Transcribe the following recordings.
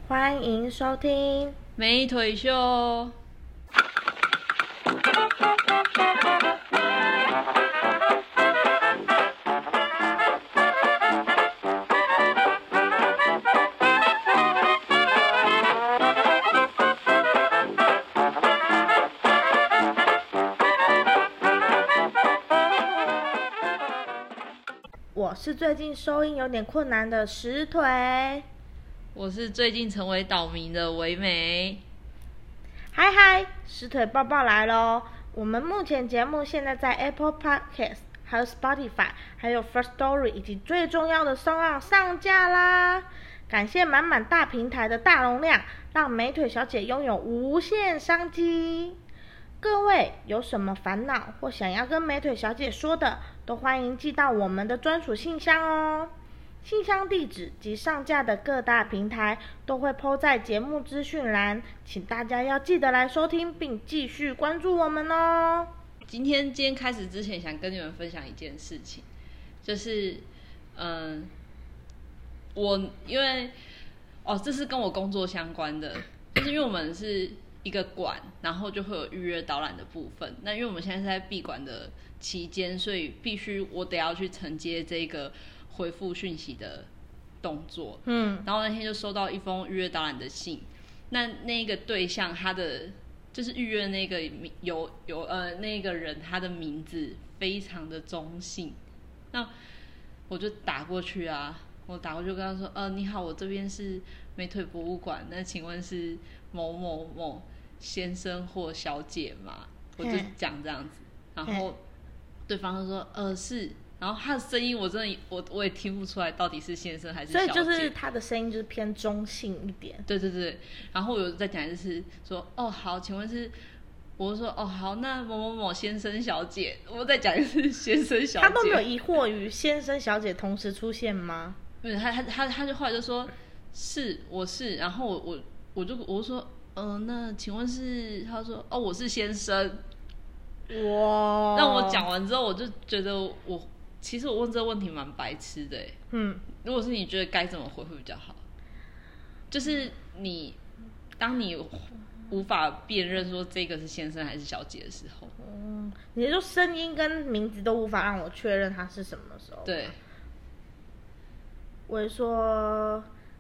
欢迎收听美腿秀。 我是最近收音有点困难的石腿。 我是最近成为岛民的唯美。 嗨，石腿抱抱来咯。我们目前节目现在在 Apple Podcast 还有 Spotify 还有 First Story 以及最重要的SoundOn上架啦。感谢满满大平台的大容量，让美腿小姐拥有无限商机。各位有什么烦恼或想要跟美腿小姐说的，都欢迎寄到我们的专属信箱哦。信箱地址及上架的各大平台都会 po 在节目资讯栏，请大家要记得来收听并继续关注我们哦。 今天开始之前，想跟你们分享一件事情，就是我因为这是跟我工作相关的，就是因为我们是一个馆，然后就会有预约导览的部分。那因为我们现在是在闭馆的期间，所以必须我得要去承接这个回复讯息的动作。然后那天就收到一封预约导览的信，那个对象他的就是预约那个那个人他的名字非常的中性，那我就打过去啊，我打过去跟他说，你好，我这边是美腿博物馆，那请问是某某某先生或小姐吗？我就讲这样子，然后对方就说，是。然后他的声音我真的我也听不出来到底是先生还是小姐， 所以就是他的声音就是偏中性一点。 对，然后我有再讲一次说，好，请问是，我就说好，那某某某先生小姐，我再讲一次先生小姐。 他都没有疑惑于先生小姐同时出现吗？ 不是，他就后来就说我是，然后我就说那请问是，他说我是先生。 哇！ 那我讲完之后，我就觉得其实我问这个问题蛮白痴的。如果是你觉得该怎么回会比较好？就是当你无法辨认说这个是先生还是小姐的时候， 你说声音跟名字都无法让我确认他是什么时候？ 对。 我会说，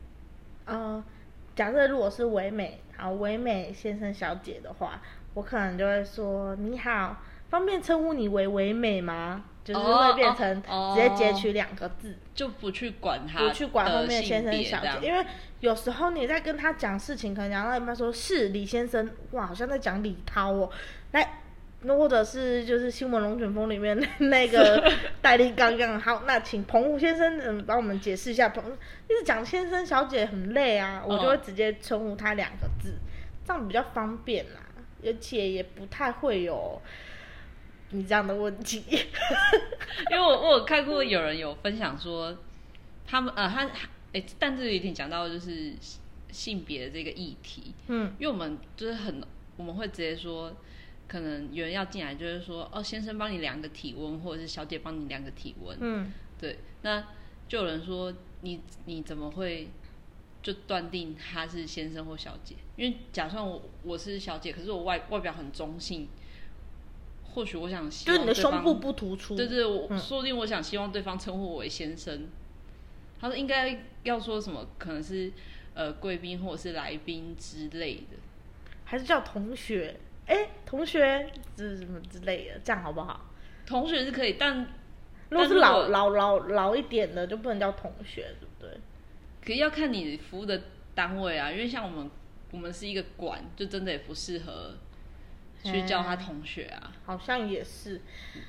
假设如果是唯美，好，唯美先生小姐的话，我可能就会说你好，方便称呼你为唯美吗？就是会变成直接截取2个字， 就不去管他， 不去管后面先生小姐，因为有时候你在跟他讲事情，可能讲到一半说是李先生，哇，好像在讲李涛哦，来，或者是就是新闻龙卷风里面那个戴立刚一样，好，那请澎湖先生帮我们解释一下，一直讲先生小姐很累啊，我就会直接称呼他2个字，这样比较方便啦，而且也不太会有你这样的问题。 因为我有看过有人有分享说，他们但这有点讲到就是性别的这个议题。因为我们就是我们会直接说，可能有人要进来就是说，先生帮你量个体温，或者是小姐帮你量个体温。对，那就有人说你怎么会就断定他是先生或小姐？因为假算我是小姐，可是我外表很中性。或许我想希望就是你的胸部不突出， 对，说不定我想希望对方称呼我为先生。他说应该要说什么，可能是贵宾或者是来宾之类的， 还是叫同学？同学什么之类的，这样好不好？ 同学是可以，但如果是老一点的，就不能叫同学，对不对？ 可是要看你服务的单位啊，因为像我们是一个馆，就真的也不适合去叫他同学啊。 好像也是。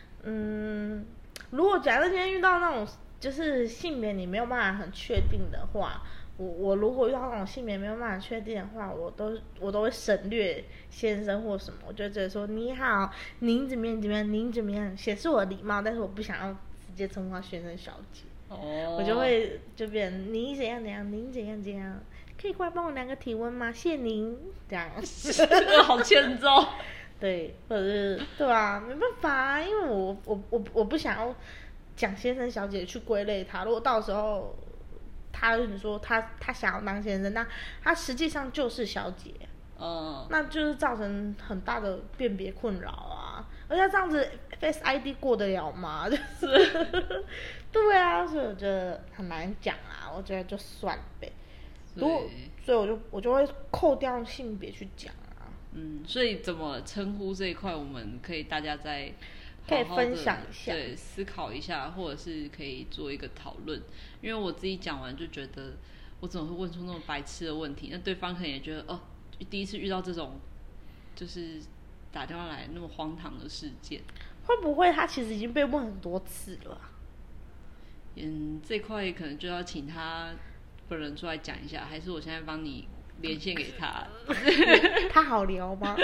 如果假设今天遇到那种就是性别你没有办法很确定的话，我如果遇到那种性别没有办法确定的话，我都会省略先生或什么，我就直接说你好，您怎么样，您怎么样，显示我的礼貌，但是我不想要直接称呼他先生小姐。我就会就变成你怎样，您怎样，可以过来帮我量个体温吗？谢您，这样。 好欠揍。 对，或者是对啊，没办法啊，因为我不想要讲先生小姐去归类他，如果到时候他跟你说他想要当先生，那他实际上就是小姐，那就是造成很大的辨别困扰啊。而且这样子 Face ID 过得了吗？就是对啊，所以我觉得很难讲啊。我觉得就算了呗。所以我就会扣掉性别去讲啊。 所以怎么称呼这一块，我们可以大家再可以分享一下， 对，思考一下，或者是可以做一个讨论。因为我自己讲完就觉得，我怎么会问出那么白痴的问题？那对方可能也觉得，第一次遇到这种，就是打电话来那么荒唐的事件。 会不会他其实已经被问很多次了啊？ 这块可能就要请他本人出来讲一下，还是我现在帮你连线给他？ 他好聊吗？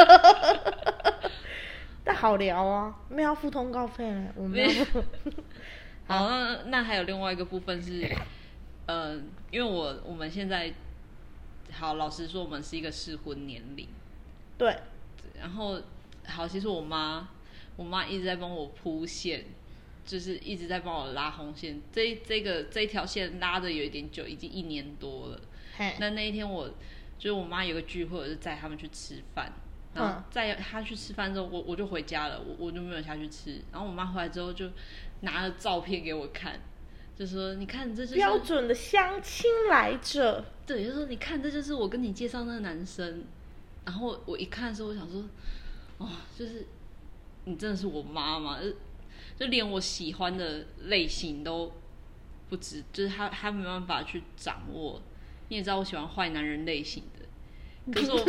但好聊啊，没有要付通告费呢，我们要付。 好，那还有另外一个部分是，因为我们现在，好，老实说，我们是一个适婚年龄。 对。 然后，好，其实我妈一直在帮我铺线，就是一直在帮我拉红线。这一条线拉的有一点久，已经1年多了。那一天就是我妈有个聚会，我就载他们去吃饭。然后在他去吃饭之后，我就回家了，我就没有下去吃。然后我妈回来之后就拿了照片给我看，就说：“你看，这就是标准的相亲来着。” 对，就说：“你看，这就是我跟你介绍那个男生。”然后我一看的时候，我想说：“就是你真的是我妈妈，就连我喜欢的类型都不止，就是他没办法去掌握。你也知道我喜欢坏男人类型的，可是我妈。”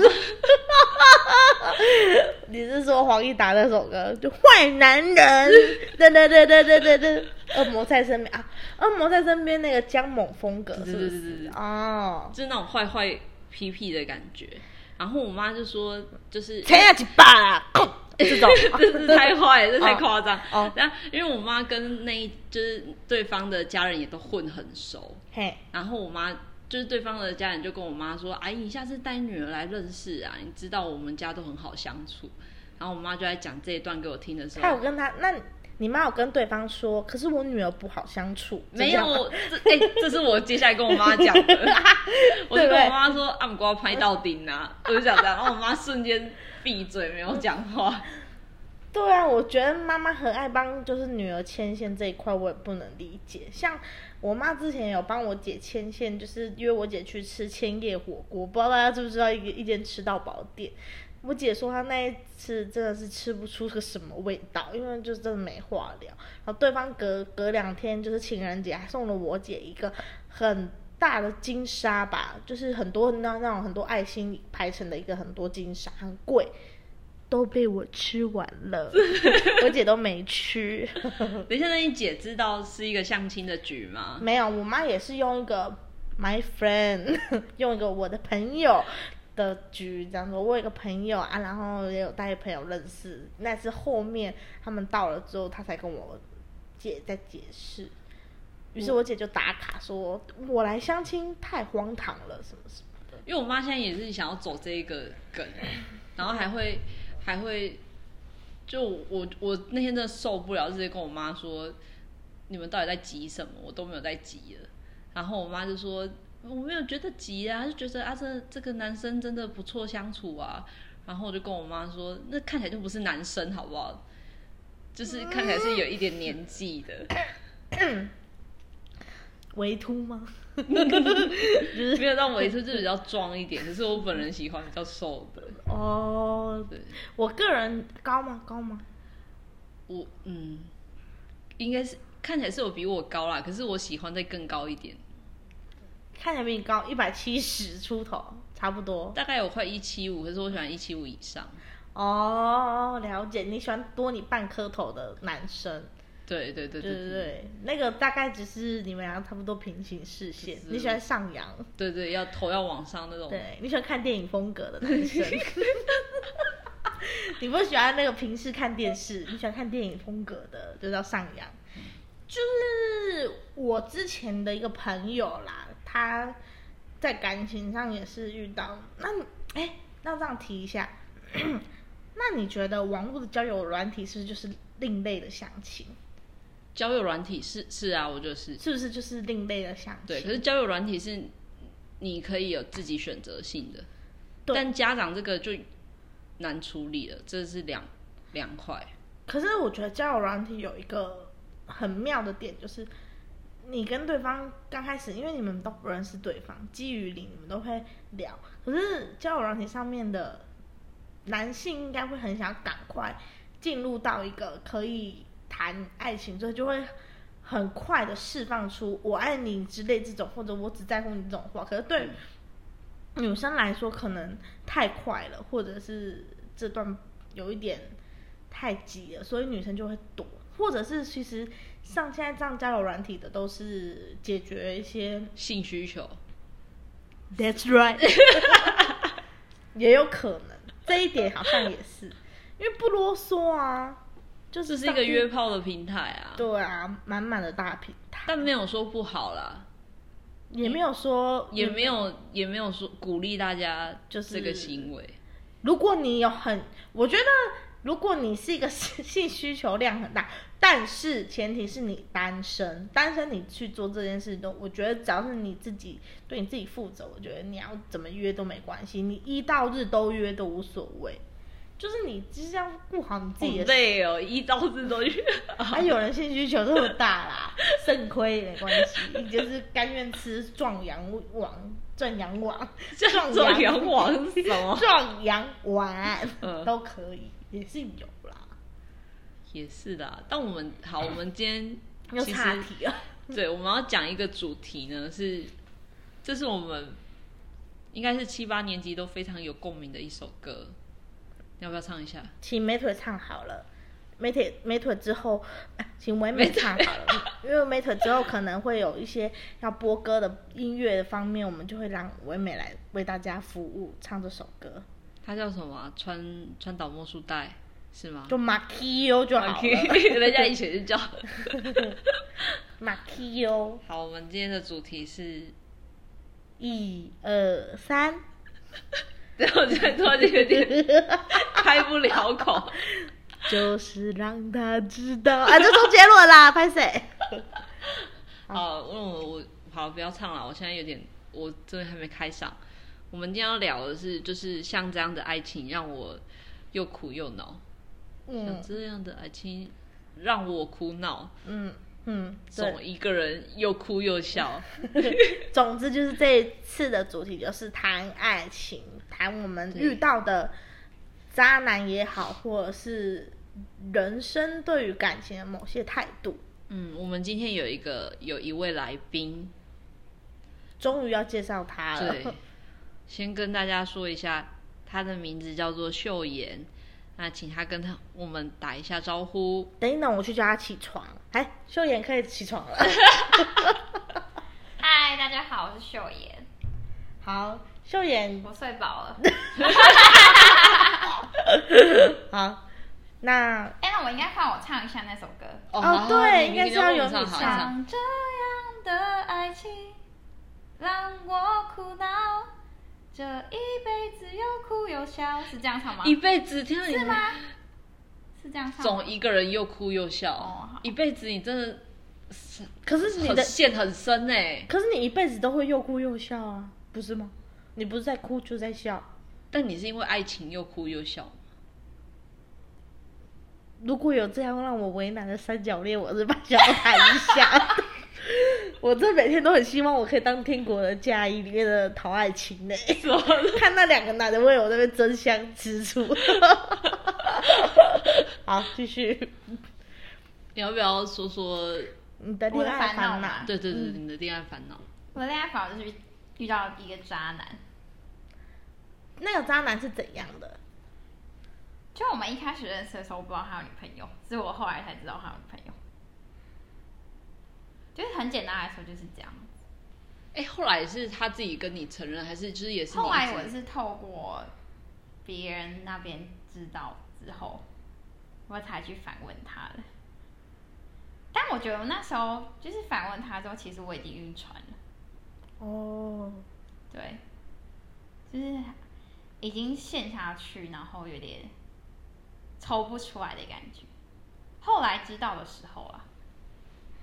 你是说黄义达那首歌就坏男人，对，恶魔在身边啊，恶魔在身边那个江猛风格，是不是？ 对，就是那种坏痞痞的感觉。然后我妈就说，就是前下几把啦，这种这是太坏了，这太夸张。然后因为我妈跟就是对方的家人也都混很熟，然后我妈。就是对方的家人就跟我妈说：“阿姨，你下次带女儿来认识啊，你知道我们家都很好相处。”然后我妈就在讲这一段给我听的时候， 她有跟那你妈有跟对方说，可是我女儿不好相处。 没有，这是我接下来跟我妈讲的。我就跟我妈说：“啊，不过拍到顶啊！”我就讲这样，然后我妈瞬间闭嘴，没有讲话。 对啊，我觉得妈妈很爱帮就是女儿牵线这一块，我也不能理解。像我妈之前有帮我姐牵线，就是约我姐去吃千叶火锅，不知道大家知不知道一间吃到饱店。我姐说她那一次真的是吃不出个什么味道，因为就真的没话聊。然后对方隔2天就是情人节，还送了我姐一个很大的金沙吧，就是很多那种很多爱心排成的一个很多金沙，很贵。都被我吃完了，我姐都没吃。 等一下，那你姐知道是一个相亲的局吗？ 没有，我妈也是用一个 my friend， 用一个我的朋友的局这样说。我有一个朋友啊，然后也有带朋友认识，那是后面他们到了之后，他才跟我姐在解释。于是我姐就打卡说：“我来相亲太荒唐了，什么什么的。” 因为我妈现在也是想要走这一个梗，然后还会，就我那天真的受不了，直接跟我妈说：“你们到底在急什么？我都没有在急了。”然后我妈就说：“我没有觉得急啊，就觉得啊这个男生真的不错相处啊。”然后我就跟我妈说：“那看起来就不是男生好不好？就是看起来是有一点年纪的。” 微秃吗？ 没有到微秃，就比较壮一点。可是我本人喜欢比较瘦的。 对，我个人高吗？ 我应该是看起来是有比我高啦，可是我喜欢再更高一点。 看起来比你高170出头，差不多。 大概有快175，可是我喜欢175以上。 了解，你喜欢多你半颗头的男生。 对， 那个大概只是你们俩差不多平行视线，你喜欢上扬。 对，头要往上那种。 对，你喜欢看电影风格的男生。你不喜欢那个平视看电视，你喜欢看电影风格的，就叫上扬。就是我之前的一个朋友啦，他在感情上也是遇到，那这样提一下，那你觉得网络的交友软体是不是就是另类的相亲？ 交友软体是啊，我觉得是。 是不是就是另类的相亲？ 对，可是交友软体是你可以有自己选择性的，但家长这个就难处理了，这是两块。 可是我觉得交友软体有一个很妙的点，就是你跟对方刚开始，因为你们都不认识对方，基于零你们都会聊。可是交友软体上面的男性应该会很想赶快进入到一个可以谈爱情，所以就会很快的释放出"我爱你"之类这种，或者"我只在乎你"这种话。可是对女生来说，可能太快了，或者是这段有一点太急了，所以女生就会躲，或者是其实像现在这样交友软体的都是解决一些性需求。 That's right 也有可能，这一点好像也是，因为不啰嗦啊，就是这是一个约炮的平台啊。 对啊，满满的大平台， 但没有说不好啦。 也没有说， 也没有说鼓励大家就是这个行为。 如果你有我觉得如果你是一个性需求量很大，但是前提是你单身你去做这件事都，我觉得只要是你自己对你自己负责，我觉得你要怎么约都没关系，你1到日都约都无所谓。就是你就是要顾好你自己的。 好累哦，1到4都约。 有人性需求这么大啦，肾亏没关系，就是甘愿吃壮阳丸。壮阳丸是什么？壮阳丸都可以，也是有啦。 也是啦，但我们今天又岔题了。 对，我们要讲一个主题呢，这是我们应该是7、8年级都非常有共鸣的一首歌。要不要唱一下？ 请美腿唱好了，美腿之后，请唯美唱好了，因为美腿之后可能会有一些要播歌的音乐的方面，我们就会让唯美来为大家服务，唱这首歌。 它叫什么啊？川岛茉树代是吗？ 就马 k 优就好了， 人家以前就叫马 k 优。 好，我们今天的主题是 1、2、3。 对，我现在突然有点开不了口。 就是让他知道啊，这周杰伦啦，拍谁？ 我好不要唱了，我现在有点，我真的还没开嗓。我们今天要聊的是，就是像这样的爱情让我又哭又闹，像这样的爱情让我哭闹，总一个人又哭又笑。 总之就是这一次的主题就是谈爱情，谈我们遇到的渣男也好，或者是人生对于感情的某些态度。 我们今天有一位来宾， 终于要介绍他了。 对，先跟大家说一下，他的名字叫做秀妍。那请他跟我们打一下招呼。 等一等，我去叫他起床。秀妍可以起床了。 嗨，大家好，我是秀妍。 好，秀妍， 我睡饱了。 好，那那我应该换我唱一下那首歌。 对，应该是要有你唱。 像这样的爱情让我苦恼，这一辈子又哭又笑，是这样唱吗？ 一辈子听到你是吗？是这样唱吗？ 总一个人又哭又笑，一辈子你真的， 可是你的线很深欸。 可是你一辈子都会又哭又笑啊，不是吗？你不是在哭就在笑。 但你是因为爱情又哭又笑吗？ 如果有这样让我为难的三角恋，我是把想要谈一下。我这每天都很希望我可以当《天国的嫁衣》里面的陶爱情呢，看那2个男的为我那边争相吃醋。好，继续。 你要不要说说你的恋爱烦恼？ 对，你的恋爱烦恼。 我的恋爱烦恼就是遇到一个渣男。 那个渣男是怎样的？ 就我们一开始认识的时候，我不知道他有女朋友，是我后来才知道他有女朋友。就是很简单来说就是这样。 后来是他自己跟你承认，还是就是也是你？ 后来我是透过别人那边知道之后，我才去反问他的。但我觉得我那时候就是反问他之后，其实我已经晕船了。对，就是已经陷下去，然后有点抽不出来的感觉。后来知道的时候啊，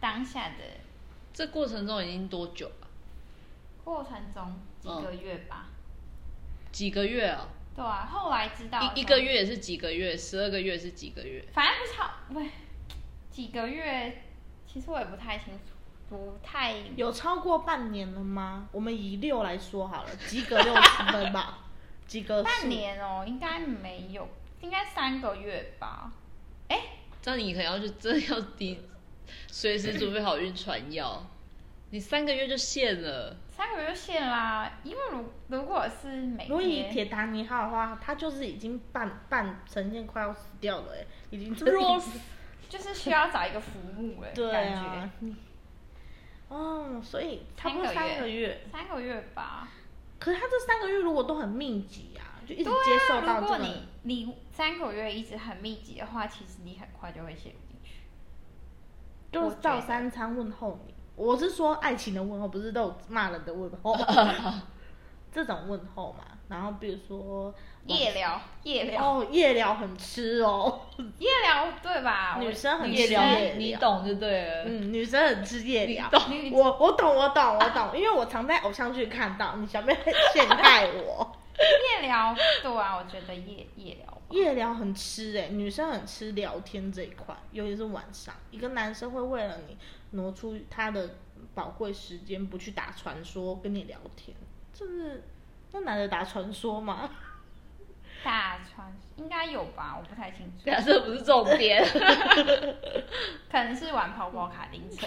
当下的这过程中已经多久了？ 过程中几个月吧。 几个月啊？ 对啊，后来知道一个月是几个月，12个月是几个月？ 反正不几个月，其实我也不太清楚，不太有超过半年了吗？我们以6来说好了，及格60分吧。及格半年哦，应该没有，应该3个月吧。 这样你可能要去，真的要随时准备好晕船药。你3个月就现了。 3个月就现啦，因为如果是每天， 如果以铁达尼号的话，他就是已经半呈现快要死掉了，已经就是需要找一个浮木了， 对感啊觉。 所以差不多3个月 ，3个月吧。 可是他这3个月如果都很密集啊，就一直对啊， 接受到如果这个， 你3个月一直很密集的话，其实你很快就会陷入进去。 就是照3餐问候你。我是说爱情的问候，不是都有骂人的问候，这种问候嘛。然后比如说夜聊， 夜聊很吃哦， 夜聊对吧？ 女生很吃夜聊， 夜聊， 你懂就对了。 女生很吃夜聊，我懂，因为我常在偶像剧看到，你想不要陷害我？ 夜聊，对啊，我觉得夜聊很吃女生很吃聊天这一块，尤其是晚上，一个男生会为了你挪出他的宝贵时间，不去打传说跟你聊天，就是那男的打传说吗？ 打传应该有吧，我不太清楚。 对啊，这不是重点。 可能是玩跑跑卡丁车。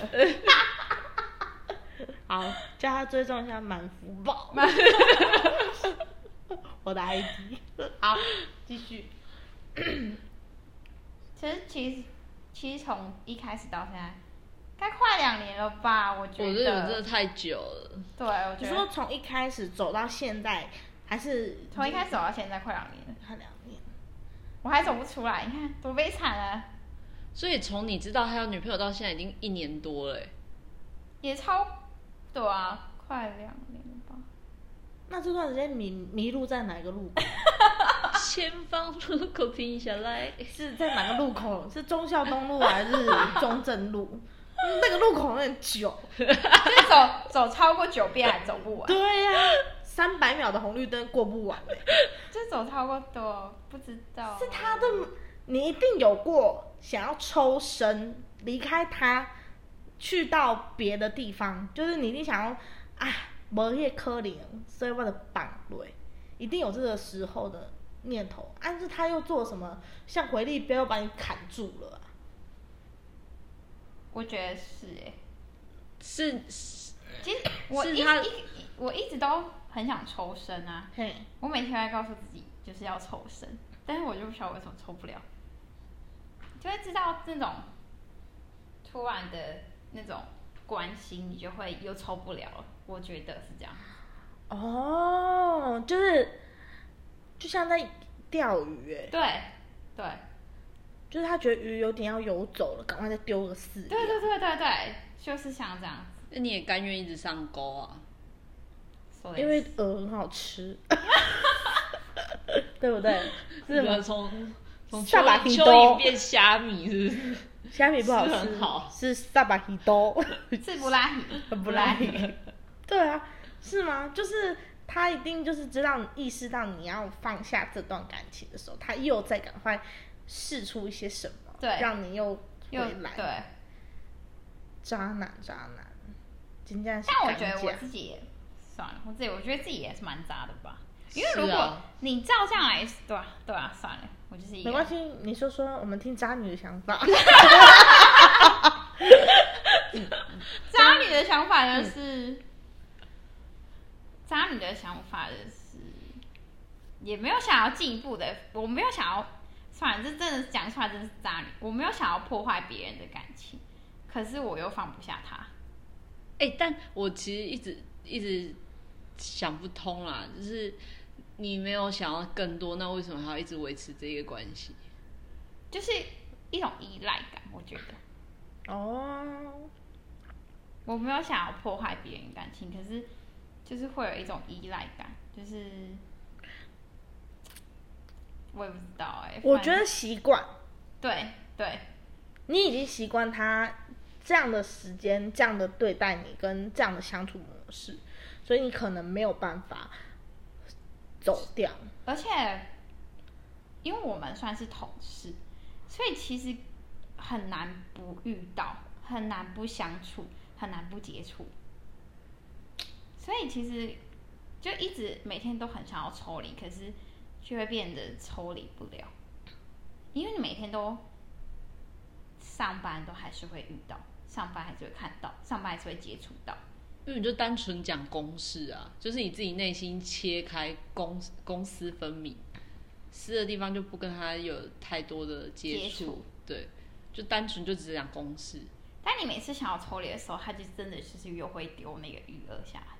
好，叫他追踪一下满福宝。我的 ID。好，继续。 其实从一开始到现在，该快2年了吧？我觉得。 我觉得你们真的太久了。 对，我觉得。 你说从一开始走到现在，还是从一开始走到现在快2年了？ 快2年。 我还走不出来，你看多悲惨啊！ 所以从你知道他有女朋友到现在已经1年多了。 也对啊，快2年了吧？ 那这段时间迷路在哪个路口？ 前方路口停下来。 是在哪个路口？是忠孝东路还是中正路？那个路口有点久， 就是走超过9遍还走不完。 对呀，300秒的红绿灯过不完就走超过不知道。 是他的，你一定有过想要抽身离开他，去到别的地方，就是你一定想要没那可能，所以我就绑落，一定有这个时候的念头。但是他又做什么？像回力镖又把你砍住了我觉得是是， 其实我一直都很想抽身啊。我每天都在告诉自己就是要抽身，但是我就不晓得为什么抽不了，就会知道这种突然的那种关心，你就会又抽不了了。我觉得是这样。 就像在钓鱼对， 就是他觉得鱼有点要游走了，赶快再丢个饲料。 对，就是像这样子。 那你也甘愿一直上钩啊？ 因为鹅很好吃，对不对？ 是吗？从萨巴希蚯蚓变虾米是不是？ 虾米不好吃， 很好， 是萨巴希多， 是布拉希。 对啊，是吗？就是他一定就是意识到你要放下这段感情的时候，他又在赶快释出一些什么， 对， 让你又回来。 对， 渣男，真的是。 但我觉得我自己也算了，我觉得自己也是蛮渣的吧。因为如果你照这样来，对啊，算了，我就是一个。 没关系，你说我们听渣女的想法。 渣女的想法就是也没有想要进一步的，我没有想要，算了，这真的讲出来真的是渣女，我没有想要破坏别人的感情，可是我又放不下他。 但我其实一直想不通啦，就是你没有想要更多，那为什么还要一直维持这个关系？ 就是一种依赖感，我觉得。我没有想要破坏别人感情，可是就是会有一种依赖感，就是我也不知道我觉得习惯。 对， 你已经习惯他这样的时间，这样的对待你，跟这样的相处模式，所以你可能没有办法走掉。 而且，因为我们算是同事，所以其实很难不遇到，很难不相处，很难不接触。所以其实就一直每天都很想要抽离，可是却会变得抽离不了，因为你每天都上班都还是会遇到，上班还是会看到，上班还是会接触到。 因为你就单纯讲公事啊，就是你自己内心切开公私分明，私的地方就不跟他有太多的接触，对，就单纯就只讲公事。 但你每次想要抽离的时候，他就真的就是又会丢那个余额下来。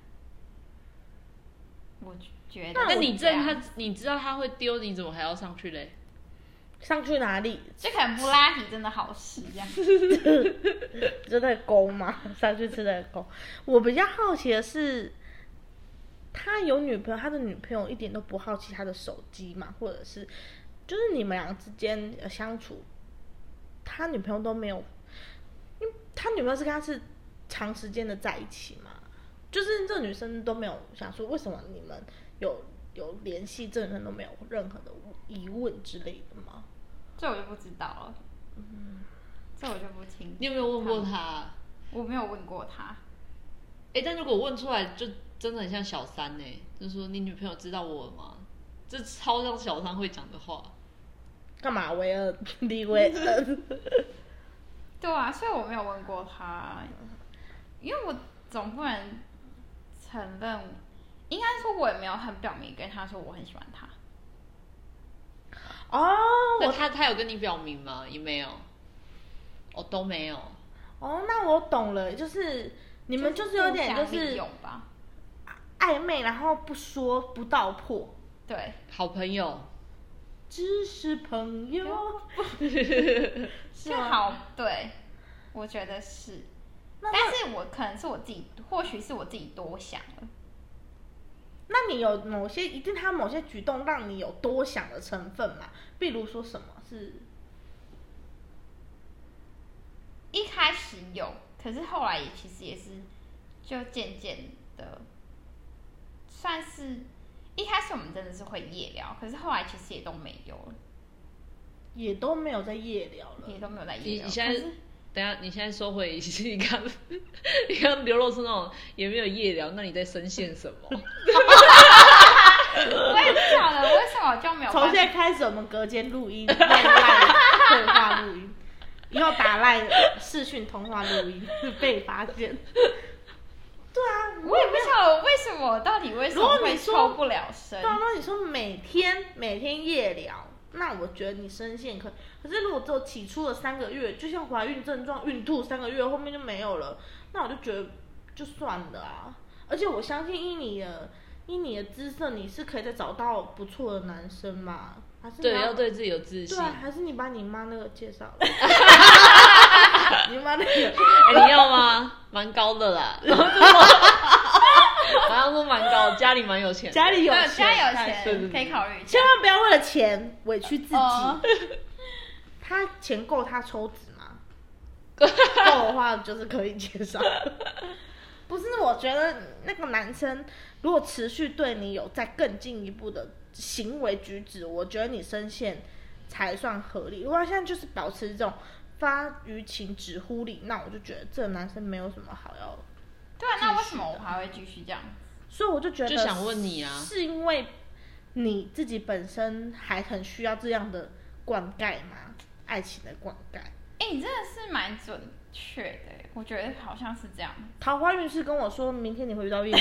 我觉得， 那你你知道他会丢，你怎么还要上去嘞？ 上去哪里？ 就可能布拉提真的好吃这样。 就那个沟嘛，上去吃那个沟。我比较好奇的是，他有女朋友，他的女朋友一点都不好奇他的手机嘛，或者是就是你们俩之间相处，他女朋友都没有，因为他女朋友是跟他是长时间的在一起嘛，就是这个女生都没有想说为什么你们有联系，这个人都没有任何的疑问之类的吗？ 这我就不知道了。这我就不清楚。 你有没有问过他？ 我没有问过他。 但如果问出来，就真的很像小三就说你女朋友知道我吗？这超像小三会讲的话。 干嘛维恩？李维恩？ 对啊，所以我没有问过他，因为我总不能承认，应该说我也没有很表明跟他说我很喜欢他。 那他有跟你表明吗？也没有。都没有。 那我懂了，就是你们就是有点就是暧昧，然后不说不道破。 对， 好朋友。 只是朋友。 就好，对，我觉得是。但是我可能是我自己，或许是我自己多想了。 那你有一定他某些举动让你有多想的成分嘛？比如说什么是？ 一开始有，可是后来其实也是，就渐渐的，算是一开始我们真的是会夜聊，可是后来其实也都没有了， 也都没有在夜聊了， 也都没有在夜聊。 你现在等一下，你现在收回，你刚流露出那种也没有夜聊，那你在深陷什么？ 我也不晓得为什么就没有。 从现在开始，我们隔间录音，赖对话录音，以后打赖视讯通话录音会被发现。对啊， 我也不晓得为什么，到底为什么会抽不了身。 对啊，那你说每天夜聊，那我觉得你深陷可是如果只有起初的3个月，就像怀孕症状孕吐3个月，后面就没有了，那我就觉得就算了啊。而且我相信依你的姿色，你是可以再找到不错的男生嘛？还是对，要对自己有自信。 对啊，还是你把你妈那个介绍了？你妈那个， 你要吗？蛮高的啦。好像说蛮高，家里蛮有钱的。 家里有钱， 家有钱， 对可以考虑。 千万不要为了钱委屈自己。他钱够他抽脂吗？够的话就是可以介绍。不是，我觉得那个男生如果持续对你有再更进一步的行为举止，我觉得你深陷才算合理。如果他现在就是保持这种发于情止乎礼，那我就觉得这个男生没有什么好要。 对啊，那为什么我还会继续这样？ 所以我就觉得， 就想问你啊， 是因为你自己本身还很需要这样的灌溉吗？爱情的灌溉。 你真的是蛮准确的，我觉得好像是这样。 桃花运是跟我说明天你会遇到艳遇，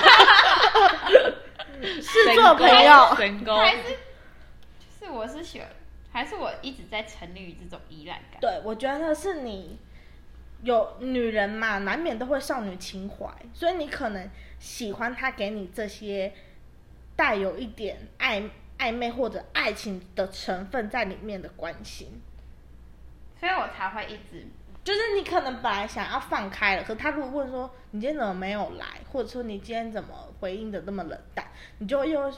是做朋友， 神功还是就是我是喜欢，还是我一直在沉溺于这种依赖感？ 对，我觉得是你有女人嘛，难免都会少女情怀，所以你可能喜欢他给你这些带有一点暧昧或者爱情的成分在里面的关心， 所以我才会一直。 就是你可能本来想要放开了，可是他如果问说你今天怎么没有来，或者说你今天怎么回应的那么冷淡，你就又会说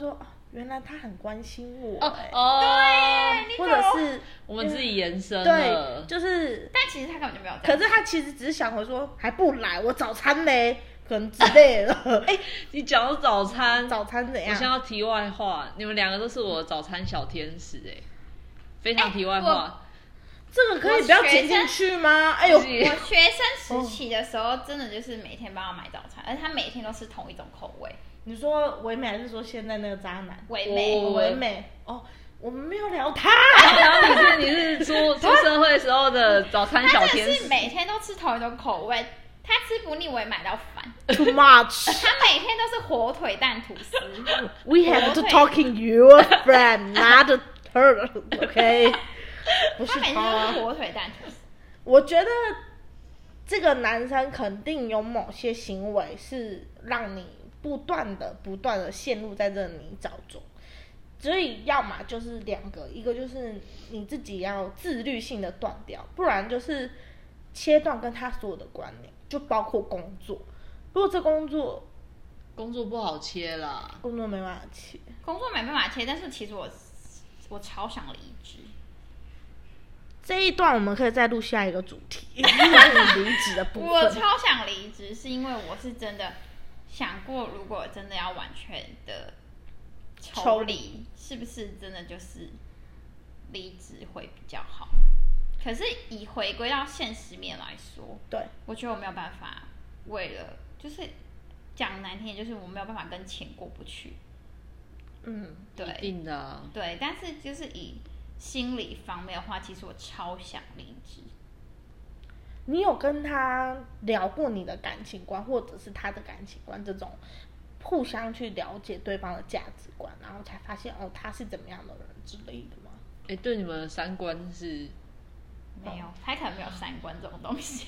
原来他很关心我、 对， 或者是我们自己延伸对， 了， 就是但其实他根本就没有这样。 可是他其实只是想回说还不来，我早餐嘞，可能之类的。 你讲到早餐， 早餐怎样？ 我现在要题外话，你们两个都是我的早餐小天使非常题外话。 这个可以不要剪进去吗？哎呦， 我学生时期的时候，真的就是每天帮他买早餐，而且他每天都吃同一种口味。 你说唯美还是说现在那个渣男？ 唯美， 唯美哦，我们没有聊他。 然后你是出社会时候的早餐小天使， 他真的是每天都吃同一种口味，他吃不腻我也买到烦。 Too much。 他每天都是火腿蛋吐司。 We have to talking your friend, not her, OK？ 不是他每天他都是火腿蛋吐司。 我觉得这个男生肯定有某些行为是让你不断的陷入在这个泥沼中，所以要么就是两个，一个就是你自己要自律性的断掉，不然就是切断跟他所有的关联，就包括工作。如果这工作不好切啦， 工作没办法切， 工作没办法切，但是其实我超想离职。 这一段我们可以再录下一个主题，关于离职的部分。 我超想离职，是因为我是真的想过，如果真的要完全的抽离，是不是真的就是离职会比较好？可是以回归到现实面来说， 对， 我觉得我没有办法，为了就是讲难听点，就是我没有办法跟钱过不去。对， 一定的啊。 对，但是就是以心理方面的话，其实我超想离职。 你有跟他聊过你的感情观，或者是他的感情观，这种互相去了解对方的价值观，然后才发现哦他是怎么样的人之类的吗？ 对你们的三观是没有，他可能没有三观这种东西。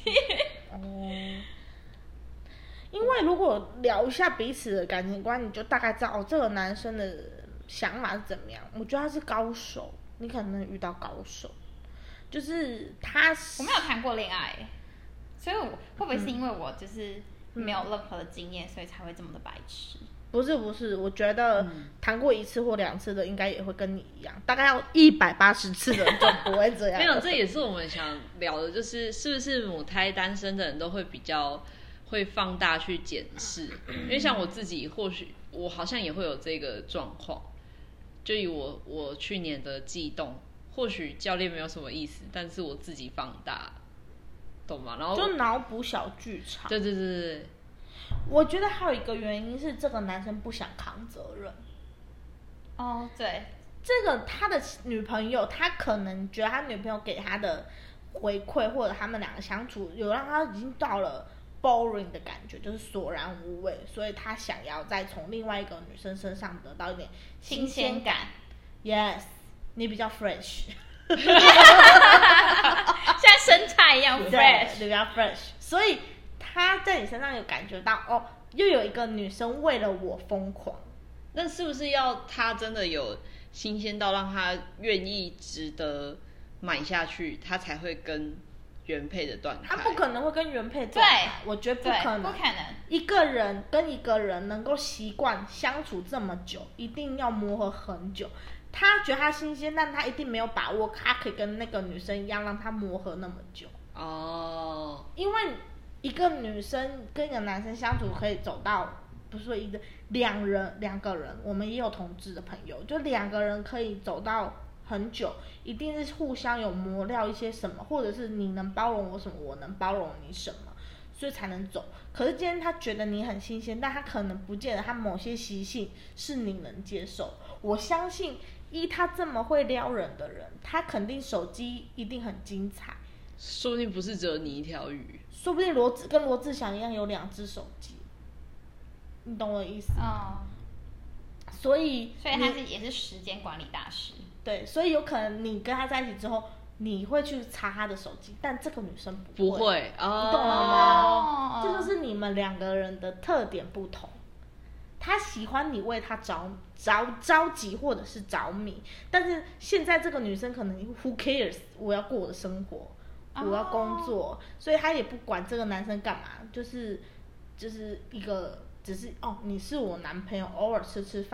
因为如果聊一下彼此的感情观，你就大概知道哦这个男生的想法是怎么样。我觉得他是高手，你可能遇到高手，就是他我没有谈过恋爱，所以我会不会是因为我就是没有任何的经验，所以才会这么的白痴？ 不是，我觉得谈过1次或2次的，应该也会跟你一样，大概要180次的就不会这样。 没有，这也是我们想聊的，就是是不是母胎单身的人都会比较会放大去检视，因为像我自己，或许我好像也会有这个状况。就以我去年的悸动，或许教练没有什么意思，但是我自己放大，懂吗？然后就脑补小剧场。 对。 我觉得还有一个原因是这个男生不想扛责任。 哦，对， 这个他的女朋友，他可能觉得他女朋友给他的回馈，或者他们两个相处，有让他已经到了 boring 的感觉，就是索然无味，所以他想要再从另外一个女生身上得到一点新鲜感。Yes， 你比较 fresh， 像生菜一样 fresh， 你比较 fresh， 所以他在你身上有感觉到哦，又有一个女生为了我疯狂。 那是不是要他真的有新鲜到让他愿意值得买下去，他才会跟原配的断开？ 他不可能会跟原配断开，我觉得不可能。 不可能。 一个人跟一个人能够习惯相处这么久，一定要磨合很久。他觉得他新鲜，但他一定没有把握，他可以跟那个女生一样让他磨合那么久。 哦， 因为一个女生跟一个男生相处可以走到，不是说两个人，我们也有同志的朋友，就2个人可以走到很久，一定是互相有磨料一些什么，或者是你能包容我什么，我能包容你什么，所以才能走。可是今天他觉得你很新鲜，但他可能不见得他某些习性是你能接受。我相信他这么会撩人的人，他肯定手机一定很精彩， 说不定不是只有你一条鱼， 说不定跟罗志祥一样有2只手机，你懂我的意思？所以他也是时间管理大师。 对，所以有可能你跟他在一起之后，你会去查他的手机，但这个女生不会，你懂了吗？这就是你们2个人的特点不同。他喜欢你为他着急或者是着迷，但是现在这个女生可能 who cares， 我要过我的生活，我要工作，所以他也不管这个男生干嘛，就是一个只是你是我男朋友，偶尔吃吃饭，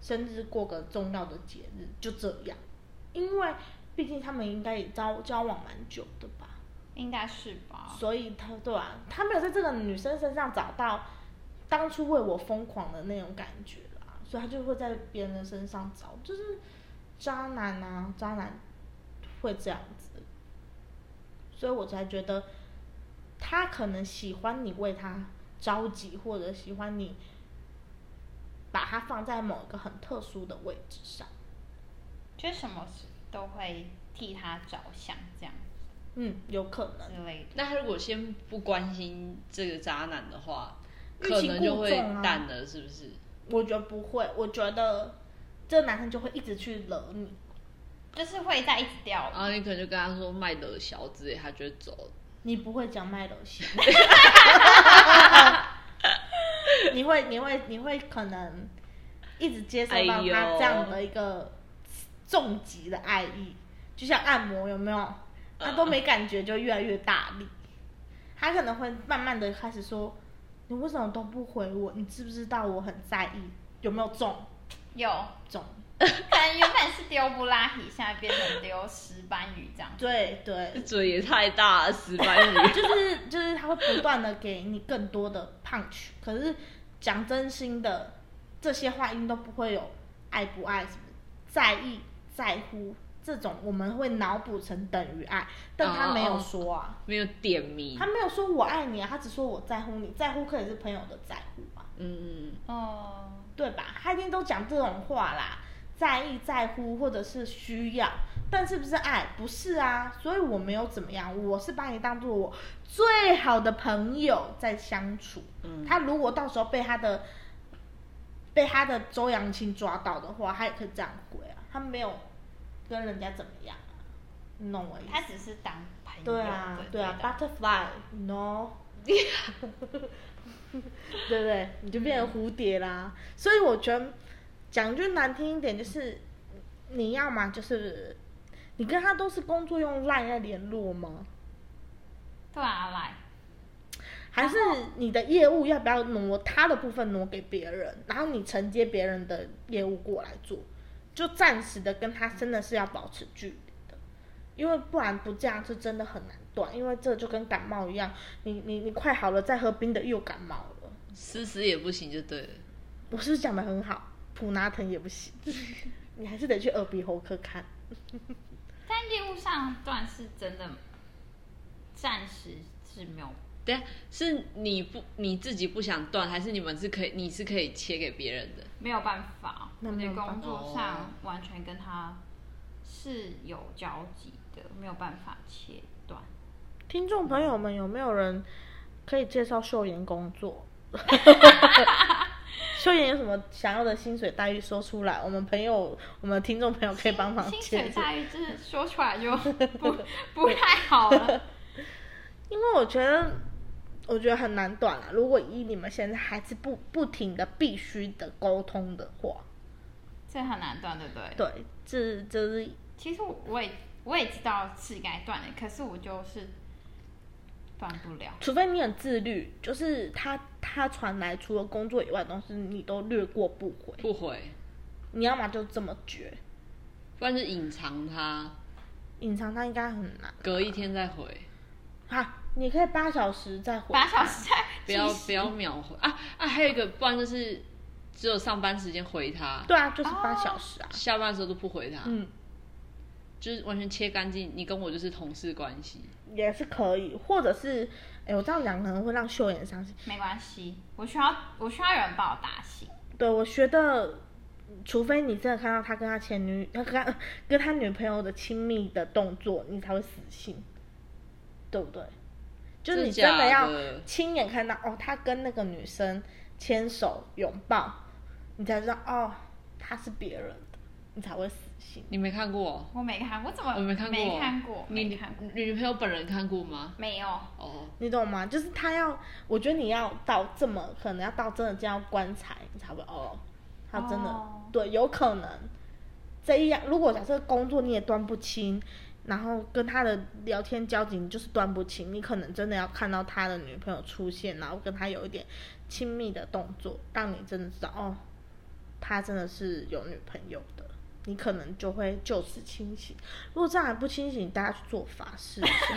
生日过个重要的节日，就这样。因为毕竟他们应该也交往蛮久的吧？ 应该是吧。 所以他没有在这个女生身上找到当初为我疯狂的那种感觉啦，所以他就会在别人的身上找，就是渣男啊，渣男会这样子，所以我才觉得他可能喜欢你为他着急，或者喜欢你把他放在某个很特殊的位置上， 就什么事都会替他着想这样。 有可能之类的。 那他如果先不关心这个渣男的话， 欲可能就会擒故纵啊淡了，是不是？ 我觉得不会，我觉得这个男生就会一直去惹你， 就是会在一直掉。 然后你可能就跟他说卖得小之类，他就会走了。 你不会讲卖楼线，你会可能一直接受到他这样的一个重疾的爱意，就像按摩有没有？他都没感觉就越来越大力，他可能会慢慢的开始说，你为什么都不回我？你知不知道我很在意？有没有中？ 有中。 可能原本是丢布拉提，现在变成丢石斑鱼这样。 对， 嘴也太大了，石斑鱼。 就是他会不断的给你更多的 punch， 可是讲真心的，这些话音都不会有爱不爱什么在意在乎这种，我们会脑补成等于爱，但他没有说啊， 没有点名， 他没有说我爱你啊，他只说我在乎你，在乎可以是朋友的在乎啊，对吧？他一定都讲这种话啦。在意在乎或者是需要，但是不是爱？不是啊，所以我没有怎么样，我是把你当做我最好的朋友在相处。他如果到时候被他的周扬青抓到的话，他也可以这样回啊，他没有跟人家怎么样啊，你懂我意思？ 他只是当朋友。 对啊 ，butterfly no 对不对？你就变成蝴蝶啦。所以我觉得讲句难听一点，就是你要嘛就是你跟他都是工作用 LINE 在联络吗？ 对啊，LINE。 还是你的业务要不要挪他的部分挪给别人，然后你承接别人的业务过来做，就暂时的跟他真的是要保持距离的，因为不然不这样是真的很难断，因为这就跟感冒一样，你快好了再喝冰的又感冒了， 死也不行就对了。 我是不是讲的很好？普拿疼也不行，你还是得去耳鼻喉科看。 但业务上断是真的，暂时是没有。 对啊，是你自己不想断，还是你是可以切给别人的？ 没有办法，我的工作哦上完全跟他是有交集的，没有办法切断。 听众朋友们，有没有人可以介绍秀妍工作？秀妍有什么想要的薪水待遇说出来，我们听众朋友可以帮忙介绍。 薪水待遇就是说出来就不太好了。 因为我觉得很难断啦。如果以你们现在还是不停的必须的沟通的话， 这很难断，对不对？ 对，这是。其实我也知道是该断的，可是我就是断不了。 除非你很自律，就是他传来除了工作以外的东西，你都略过不回。 不回。 你要么就这么绝， 不然就隐藏他。 隐藏他应该很难。 隔一天再回。 你可以8小时再回。 8小时再。 不要秒回啊！还有一个，不然就是只有上班时间回他。 对啊，就是8小时啊。 下班的时候都不回他。就是完全切干净，你跟我就是同事关系。 也是可以，或者是，我这样讲可能会让秀妍伤心。 没关系，我需要有人帮我打醒。 对，我觉得，除非你真的看到他跟跟他女朋友的亲密的动作，你才会死心，对不对？就是你真的要亲眼看到他跟那个女生牵手拥抱，你才知道他是别人的，你才会死心。 你没看过？ 我没看，我怎么没看过？ 没看过。 你女朋友本人看过吗？ 没有。 你懂吗？就是我觉得你要到这么可能要到真的这样棺材，你才会他真的对，有可能这样。如果假设工作你也断不清，然后跟他的聊天交集你就是断不清，你可能真的要看到他的女朋友出现，然后跟他有一点亲密的动作，让你真的知道他真的是有女朋友的，你可能就会就此清醒。如果这样还不清醒，大家去做法事，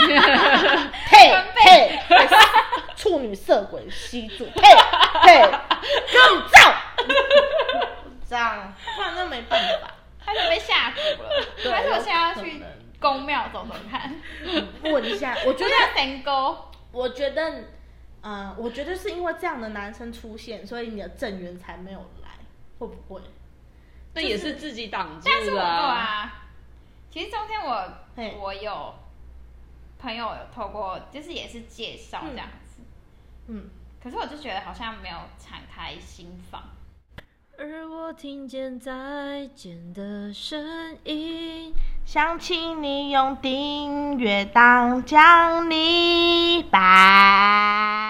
呸，处女色鬼吸住，呸，更燥，这样，不然那没办法。 他就被吓唬了。还是我现在要去宫庙走走看， 问一下，我觉得神沟， 我觉得是因为这样的男生出现，所以你的正缘才没有来，会不会？ 那也是自己挡住但是我啊。 其实中间我有朋友有透过，就是也是介绍这样子，可是我就觉得好像没有敞开心房。 而我听见再见的声音， 想起你用订阅当奖励，拜。